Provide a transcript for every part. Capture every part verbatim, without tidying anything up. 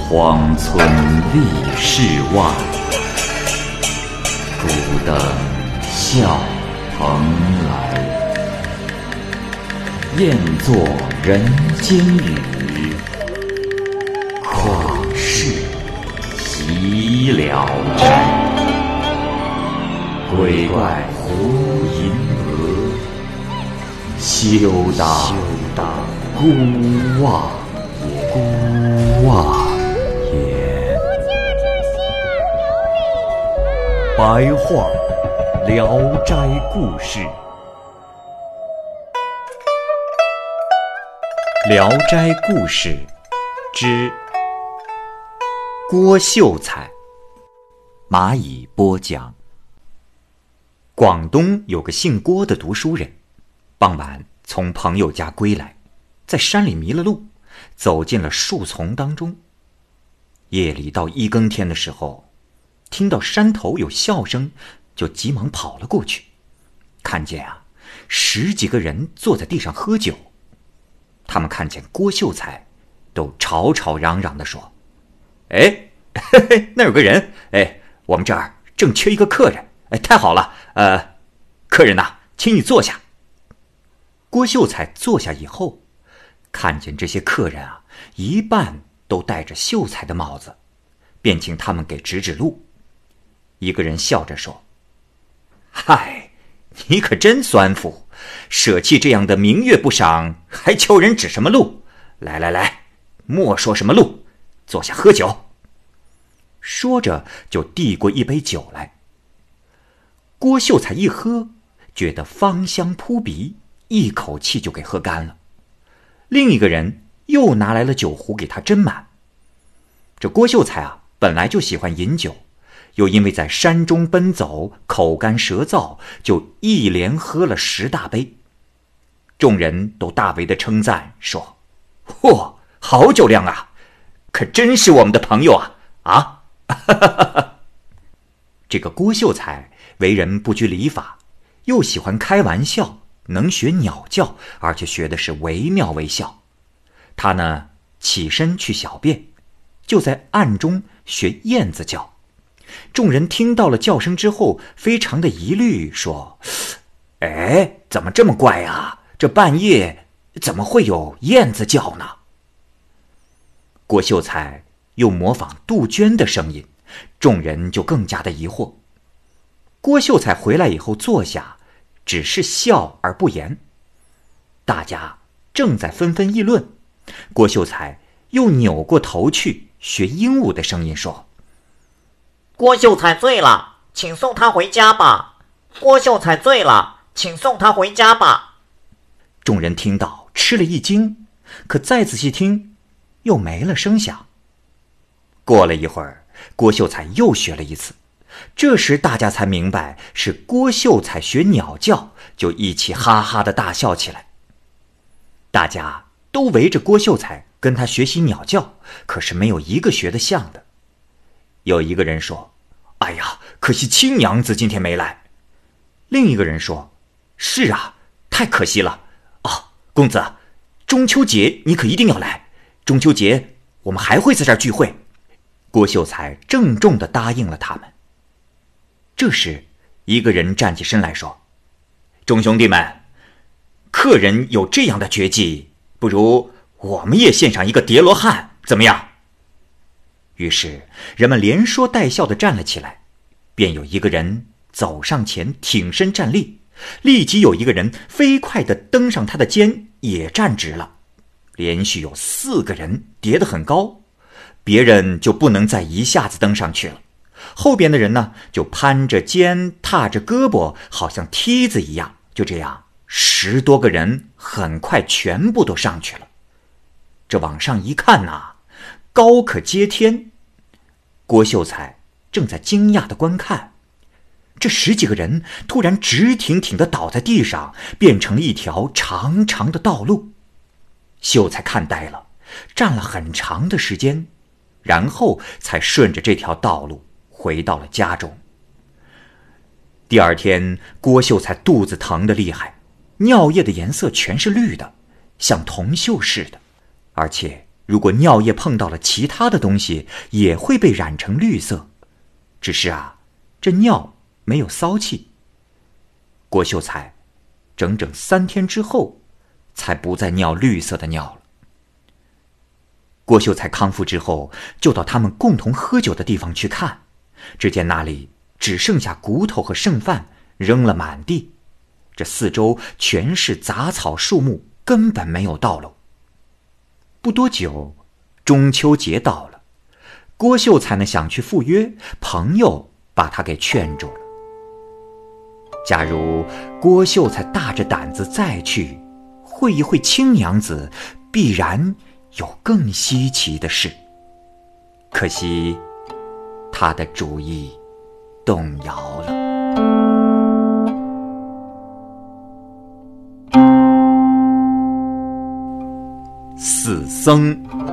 荒村立世外，孤灯笑蓬莱。雁作人间雨，旷世岂了斋。鬼怪胡银娥，休当孤望也。孤望也。 白话《聊斋故事》。《聊斋故事》之郭秀才。蚂蚁播讲。广东有个姓郭的读书人，傍晚从朋友家归来，在山里迷了路，走进了树丛当中。夜里到一更天的时候，听到山头有笑声，就急忙跑了过去，看见啊，十几个人坐在地上喝酒。他们看见郭秀才，都吵吵嚷嚷地说：“哎，嘿嘿，那有个人，哎，我们这儿正缺一个客人，哎，太好了，呃，客人呐，请你坐下。”郭秀才坐下以后，看见这些客人啊，一半都戴着秀才的帽子，便请他们给指指路。一个人笑着说：“嗨，你可真酸腐，舍弃这样的明月不赏，还求人指什么路？来来来，莫说什么路，坐下喝酒。”说着就递过一杯酒来。郭秀才一喝，觉得芳香扑鼻，一口气就给喝干了。另一个人又拿来了酒壶给他斟满。这郭秀才啊，本来就喜欢饮酒，又因为在山中奔走，口干舌燥，就一连喝了十大杯。众人都大为的称赞，说：“嚯，好酒量啊，可真是我们的朋友啊！啊！”这个郭秀才为人不拘礼法，又喜欢开玩笑，能学鸟叫，而且学的是惟妙惟肖。他呢，起身去小便，就在暗中学燕子叫。众人听到了叫声之后，非常的疑虑，说：“哎，怎么这么怪啊？这半夜怎么会有燕子叫呢？”郭秀才又模仿杜鹃的声音，众人就更加的疑惑。郭秀才回来以后坐下，只是笑而不言。大家正在纷纷议论，郭秀才又扭过头去学鹦鹉的声音说：“ 郭秀才醉了，请送他回家吧。郭秀才醉了，请送他回家吧。” 众人听到吃了一惊，可再仔细听，又没了声响。过了一会儿，郭秀才又学了一次，这时大家才明白是郭秀才学鸟叫，就一起哈哈的大笑起来。大家都围着郭秀才跟他学习鸟叫，可是没有一个学得像的。有一个人说：“哎呀，可惜亲娘子今天没来。”另一个人说：“是啊，太可惜了。哦，公子，中秋节你可一定要来，中秋节我们还会在这儿聚会。”郭秀才郑重地答应了他们。这时一个人站起身来说：“众兄弟们，客人有这样的绝技，不如我们也献上一个叠罗汉，怎么样？”于是人们连说带笑地站了起来，便有一个人走上前挺身站立，立即有一个人飞快地登上他的肩，也站直了。连续有四个人叠得很高，别人就不能再一下子登上去了。后边的人呢，就攀着肩，踏着胳膊，好像梯子一样，就这样十多个人很快全部都上去了。这往上一看呐、啊，高可接天。郭秀才正在惊讶地观看，这十几个人突然直挺挺地倒在地上，变成了一条长长的道路。秀才看呆了，站了很长的时间，然后才顺着这条道路回到了家中。第二天，郭秀才肚子疼得厉害，尿液的颜色全是绿的，像铜锈似的，而且如果尿液碰到了其他的东西，也会被染成绿色。只是啊，这尿没有骚气。郭秀才整整三天之后，才不再尿绿色的尿了。郭秀才康复之后，就到他们共同喝酒的地方去看，只见那里只剩下骨头和剩饭扔了满地，这四周全是杂草树木，根本没有道路。不多久，中秋节到了，郭秀才呢想去赴约，朋友把他给劝住了。假如郭秀才大着胆子再去，会一会青娘子，必然有更稀奇的事。可惜他的主意动摇了。四僧。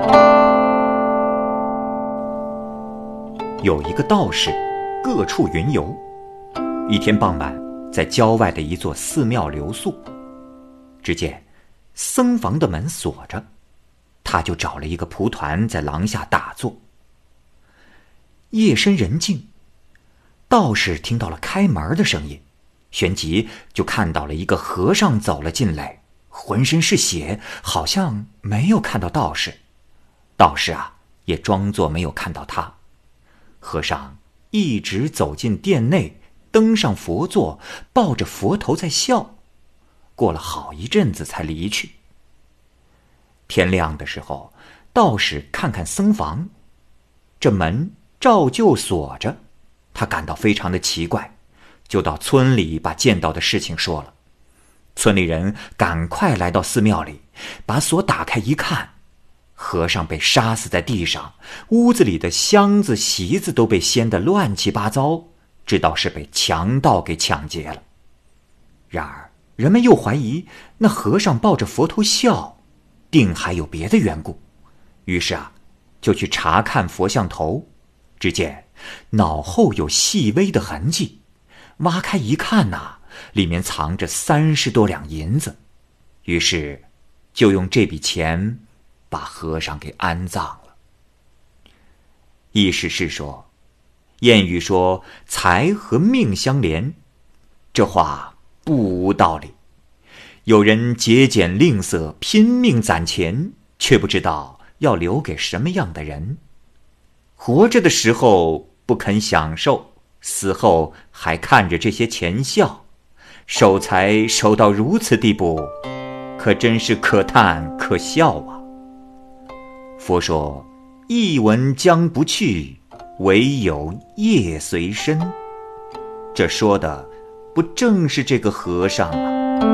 有一个道士，各处云游。一天傍晚，在郊外的一座寺庙留宿，只见僧房的门锁着，他就找了一个蒲团在廊下打坐。夜深人静，道士听到了开门的声音，旋即就看到了一个和尚走了进来，浑身是血，好像没有看到道士。道士啊，也装作没有看到他。和尚一直走进殿内，登上佛座，抱着佛头在笑，过了好一阵子才离去。天亮的时候，道士看看僧房，这门照旧锁着，他感到非常的奇怪，就到村里把见到的事情说了。村里人赶快来到寺庙里，把锁打开一看，和尚被杀死在地上，屋子里的箱子席子都被掀得乱七八糟，知道是被强盗给抢劫了。然而人们又怀疑那和尚抱着佛头笑，定还有别的缘故，于是啊，就去查看佛像头，只见脑后有细微的痕迹，挖开一看呐、啊，里面藏着三十多两银子，于是就用这笔钱把和尚给安葬了。意思是说，谚语说财和命相连，这话不无道理。有人节俭吝啬，拼命攒钱，却不知道要留给什么样的人。活着的时候不肯享受，死后还看着这些钱笑，守财守到如此地步，可真是可叹可笑啊。佛说一文将不去，唯有业随身，这说的不正是这个和尚吗？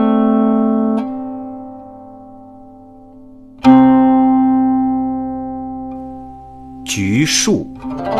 橘树。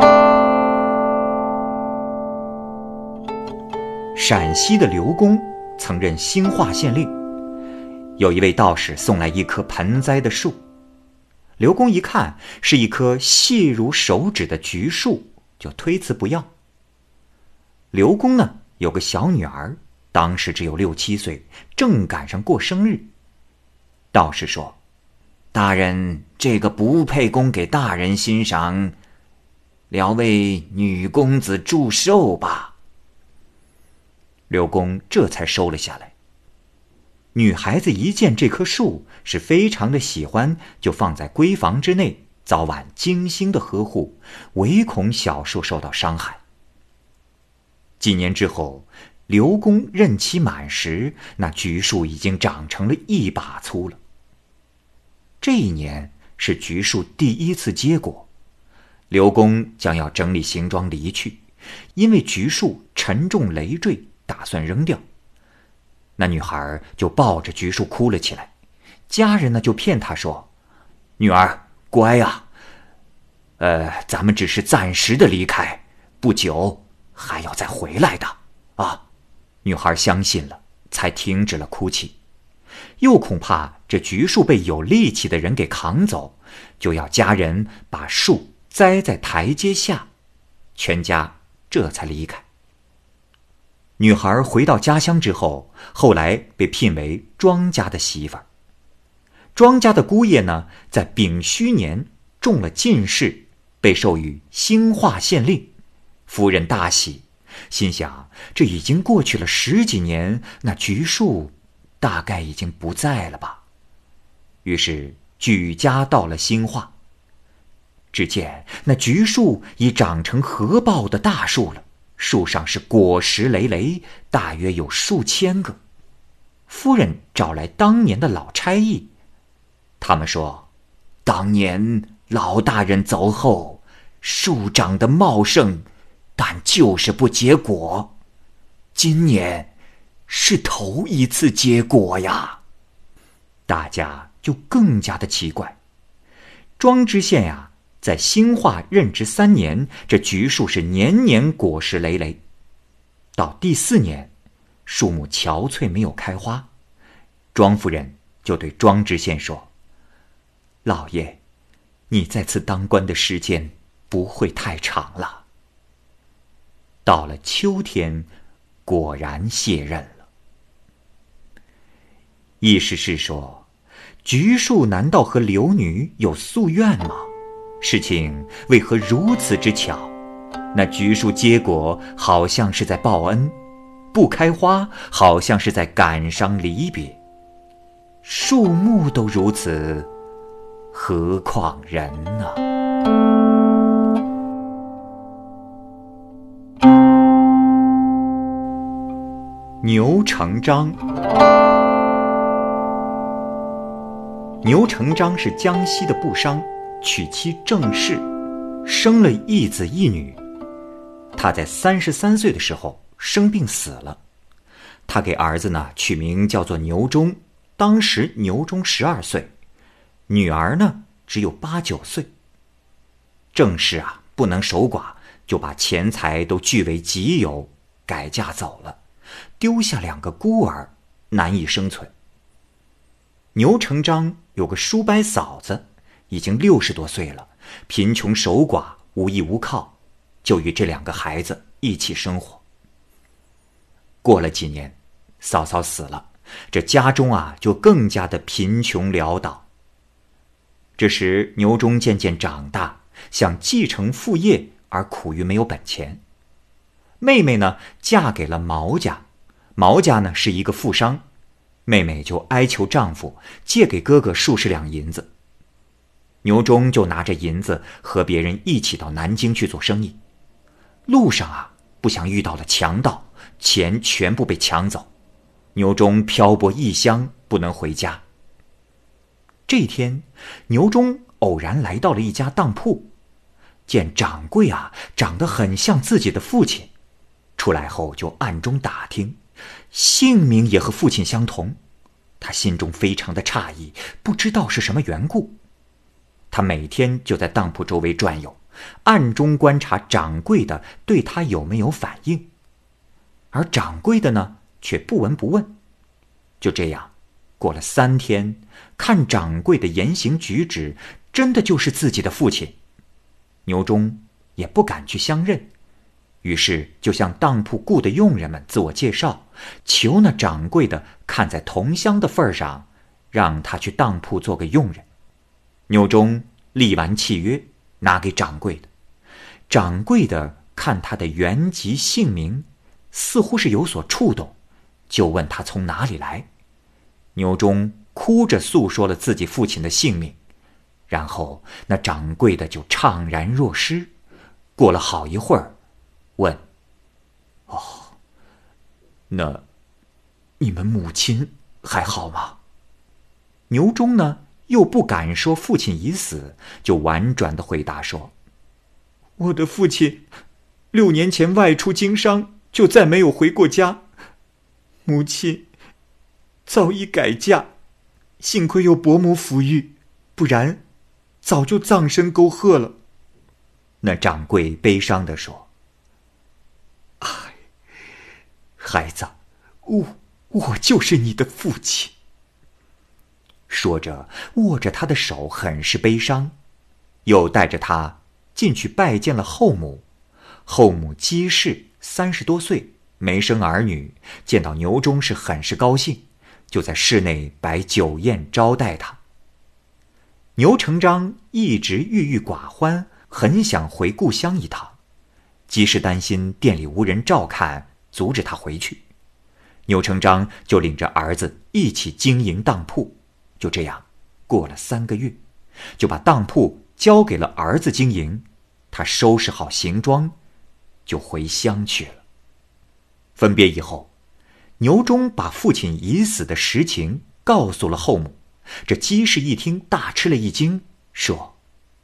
陕西的刘公曾任兴化县令，有一位道士送来一棵盆栽的树，刘公一看是一棵细如手指的橘树，就推辞不要。刘公呢，有个小女儿，当时只有六七岁，正赶上过生日。道士说：“大人，这个不配供给大人欣赏，聊为女公子祝寿吧。”刘公这才收了下来。女孩子一见这棵树是非常的喜欢，就放在闺房之内，早晚精心的呵护，唯恐小树受到伤害。几年之后，刘公任期满时，那橘树已经长成了一把粗了。这一年是橘树第一次结果，刘公将要整理行装离去，因为橘树沉重累赘，打算扔掉。那女孩就抱着橘树哭了起来，家人呢就骗她说：“女儿乖啊，呃，咱们只是暂时的离开，不久还要再回来的啊。”女孩相信了，才停止了哭泣。又恐怕这橘树被有力气的人给扛走，就要家人把树栽在台阶下，全家这才离开。女孩回到家乡之后，后来被聘为庄家的媳妇儿。 庄家的姑爷呢，在丙戌年中了进士，被授予兴化县令。夫人大喜，心想这已经过去了十几年，那橘树大概已经不在了吧。于是举家到了兴化，只见那橘树已长成合抱的大树了，树上是果实累累，大约有数千个。夫人找来当年的老差役，他们说，当年老大人走后，树长得茂盛，但就是不结果，今年是头一次结果呀。大家就更加的奇怪。庄知县呀，在兴化任职三年，这橘树是年年果实累累。到第四年，树木憔悴没有开花，庄夫人就对庄知县说，老爷，你在此当官的时间不会太长了。到了秋天，果然卸任了。意思是说，橘树难道和刘女有夙愿吗？事情为何如此之巧？那橘树结果好像是在报恩，不开花好像是在感伤离别。树木都如此，何况人呢？牛成章。牛成章是江西的布商，娶妻郑氏，生了一子一女。他在三十三岁的时候生病死了。他给儿子呢取名叫做牛忠，当时牛忠十二岁，女儿呢只有八九岁。郑氏啊不能守寡，就把钱财都据为己有，改嫁走了，丢下两个孤儿，难以生存。牛成章有个叔伯嫂子，已经六十多岁了，贫穷守寡，无依无靠，就与这两个孩子一起生活。过了几年，嫂嫂死了，这家中啊就更加的贫穷潦倒。这时牛忠渐渐长大，想继承父业，而苦于没有本钱。妹妹呢嫁给了毛家，毛家呢是一个富商，妹妹就哀求丈夫借给哥哥数十两银子。牛忠就拿着银子和别人一起到南京去做生意。路上啊不想遇到了强盗，钱全部被抢走。牛忠漂泊异乡，不能回家。这天，牛忠偶然来到了一家当铺，见掌柜啊长得很像自己的父亲，出来后就暗中打听，姓名也和父亲相同。他心中非常的诧异，不知道是什么缘故。他每天就在当铺周围转悠，暗中观察掌柜的对他有没有反应，而掌柜的呢却不闻不问。就这样过了三天，看掌柜的言行举止，真的就是自己的父亲。牛忠也不敢去相认，于是就向当铺雇的佣人们自我介绍，求那掌柜的看在同乡的份上，让他去当铺做个佣人。牛忠立完契约，拿给掌柜的。掌柜的看他的原籍姓名，似乎是有所触动，就问他从哪里来。牛忠哭着诉说了自己父亲的姓名，然后那掌柜的就怅然若失。过了好一会儿，问：哦，那你们母亲还好吗？牛忠呢又不敢说父亲已死，就婉转地回答说：我的父亲六年前外出经商，就再没有回过家。母亲早已改嫁，幸亏有伯母抚育，不然早就葬身沟壑了。那掌柜悲伤地说：哎，孩子，我我就是你的父亲。说着握着他的手，很是悲伤，又带着他进去拜见了后母。后母姬氏三十多岁，没生儿女，见到牛忠是很是高兴，就在室内摆酒宴招待他。 牛成章一直郁郁寡欢，很想回故乡一趟，即使担心店里无人照看，阻止他回去，牛成章就领着儿子一起经营当铺。就这样过了三个月，就把当铺交给了儿子经营，他收拾好行装就回乡去了。分别以后，牛忠把父亲已死的实情告诉了后母。这姬氏一听大吃了一惊，说：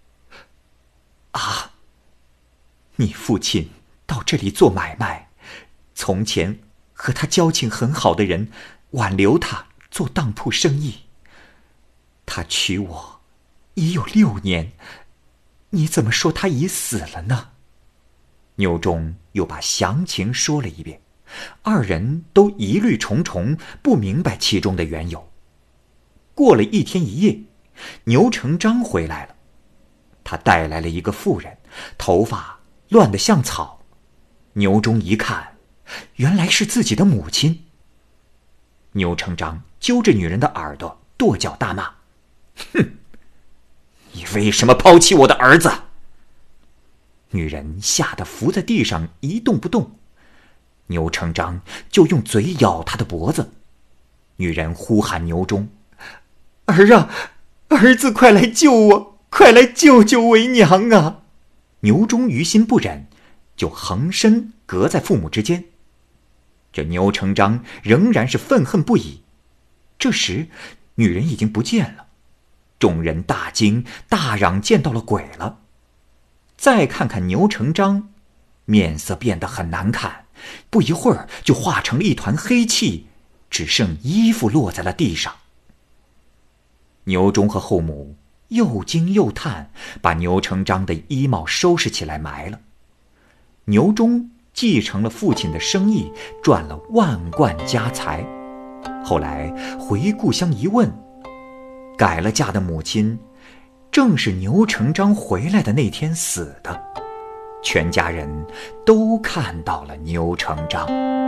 啊，你父亲到这里做买卖，从前和他交情很好的人挽留他做当铺生意，他娶我已有六年，你怎么说他已死了呢？牛忠又把详情说了一遍，二人都疑虑重重，不明白其中的缘由。过了一天一夜，牛成章回来了，他带来了一个妇人，头发乱得像草。牛忠一看，原来是自己的母亲。牛成章揪着女人的耳朵，跺脚大骂：哼，你为什么抛弃我的儿子？女人吓得伏在地上一动不动，牛成章就用嘴咬她的脖子。女人呼喊牛忠：儿啊，儿子快来救我，快来救救为娘啊！牛忠于心不忍，就横身隔在父母之间。这牛成章仍然是愤恨不已。这时女人已经不见了，众人大惊，大嚷见到了鬼了。再看看牛成章，面色变得很难看，不一会儿就化成了一团黑气，只剩衣服落在了地上。牛忠和后母又惊又叹，把牛成章的衣帽收拾起来埋了。牛忠继承了父亲的生意，赚了万贯家财。后来回故乡一问，改了嫁的母亲正是牛成章回来的那天死的。全家人都看到了牛成章。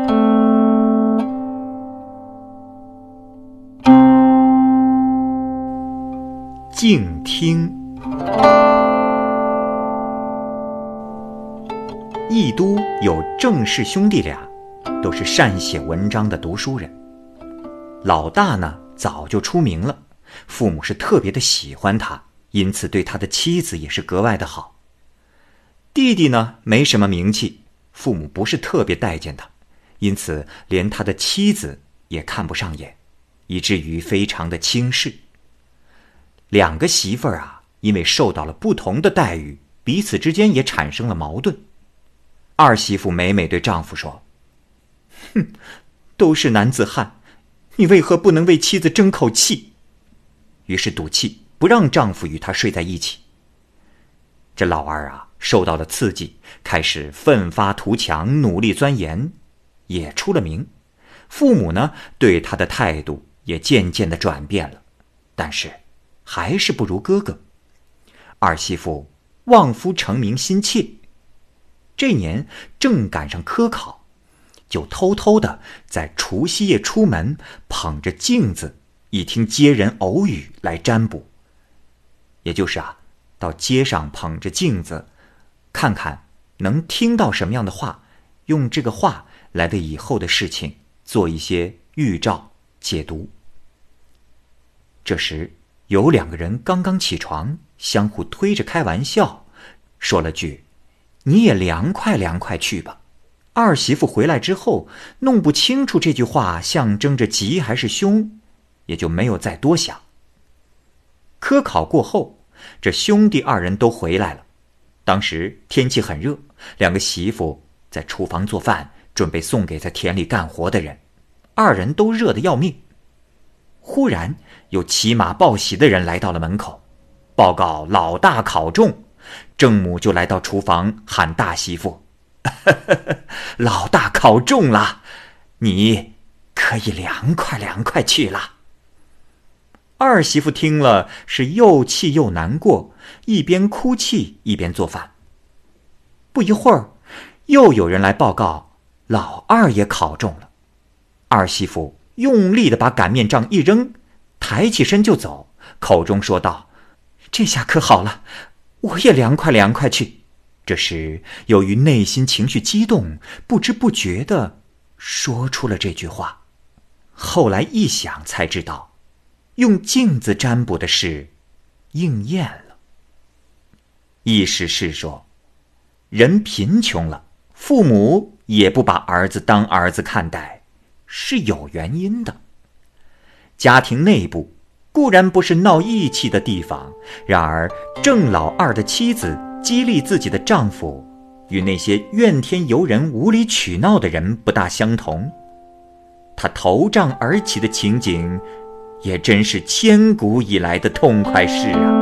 静听。益都有郑氏兄弟俩，都是善写文章的读书人。老大呢，早就出名了，父母是特别的喜欢他，因此对他的妻子也是格外的好。弟弟呢，没什么名气，父母不是特别待见他，因此连他的妻子也看不上眼，以至于非常的轻视。两个媳妇儿啊，因为受到了不同的待遇，彼此之间也产生了矛盾。二媳妇每每对丈夫说：哼，都是男子汉，你为何不能为妻子争口气？于是赌气，不让丈夫与她睡在一起。这老二啊，受到了刺激，开始奋发图强，努力钻研，也出了名。父母呢，对他的态度也渐渐的转变了，但是还是不如哥哥。二媳妇望夫成名心切，这年正赶上科考，就偷偷的在除夕夜出门，捧着镜子，一听街人偶语来占卜。也就是啊，到街上捧着镜子，看看能听到什么样的话，用这个话来为以后的事情做一些预兆解读。这时有两个人刚刚起床，相互推着开玩笑，说了句：你也凉快凉快去吧。二媳妇回来之后，弄不清楚这句话象征着吉还是凶，也就没有再多想。科考过后，这兄弟二人都回来了。当时天气很热，两个媳妇在厨房做饭，准备送给在田里干活的人，二人都热得要命。忽然有骑马报喜的人来到了门口，报告老大考中。郑母就来到厨房喊大媳妇：老大考中了，你可以凉快凉快去了。二媳妇听了是又气又难过，一边哭泣一边做饭。不一会儿，又有人来报告老二也考中了。二媳妇用力地把擀面杖一扔，抬起身就走，口中说道： 这下可好了，我也凉快凉快去。这时由于内心情绪激动，不知不觉地说出了这句话。后来一想才知道，用镜子占卜的事应验了。意思是说，人贫穷了，父母也不把儿子当儿子看待，是有原因的。家庭内部固然不是闹义气的地方，然而郑老二的妻子激励自己的丈夫，与那些怨天尤人、无理取闹的人不大相同。他头胀而起的情景，也真是千古以来的痛快事啊！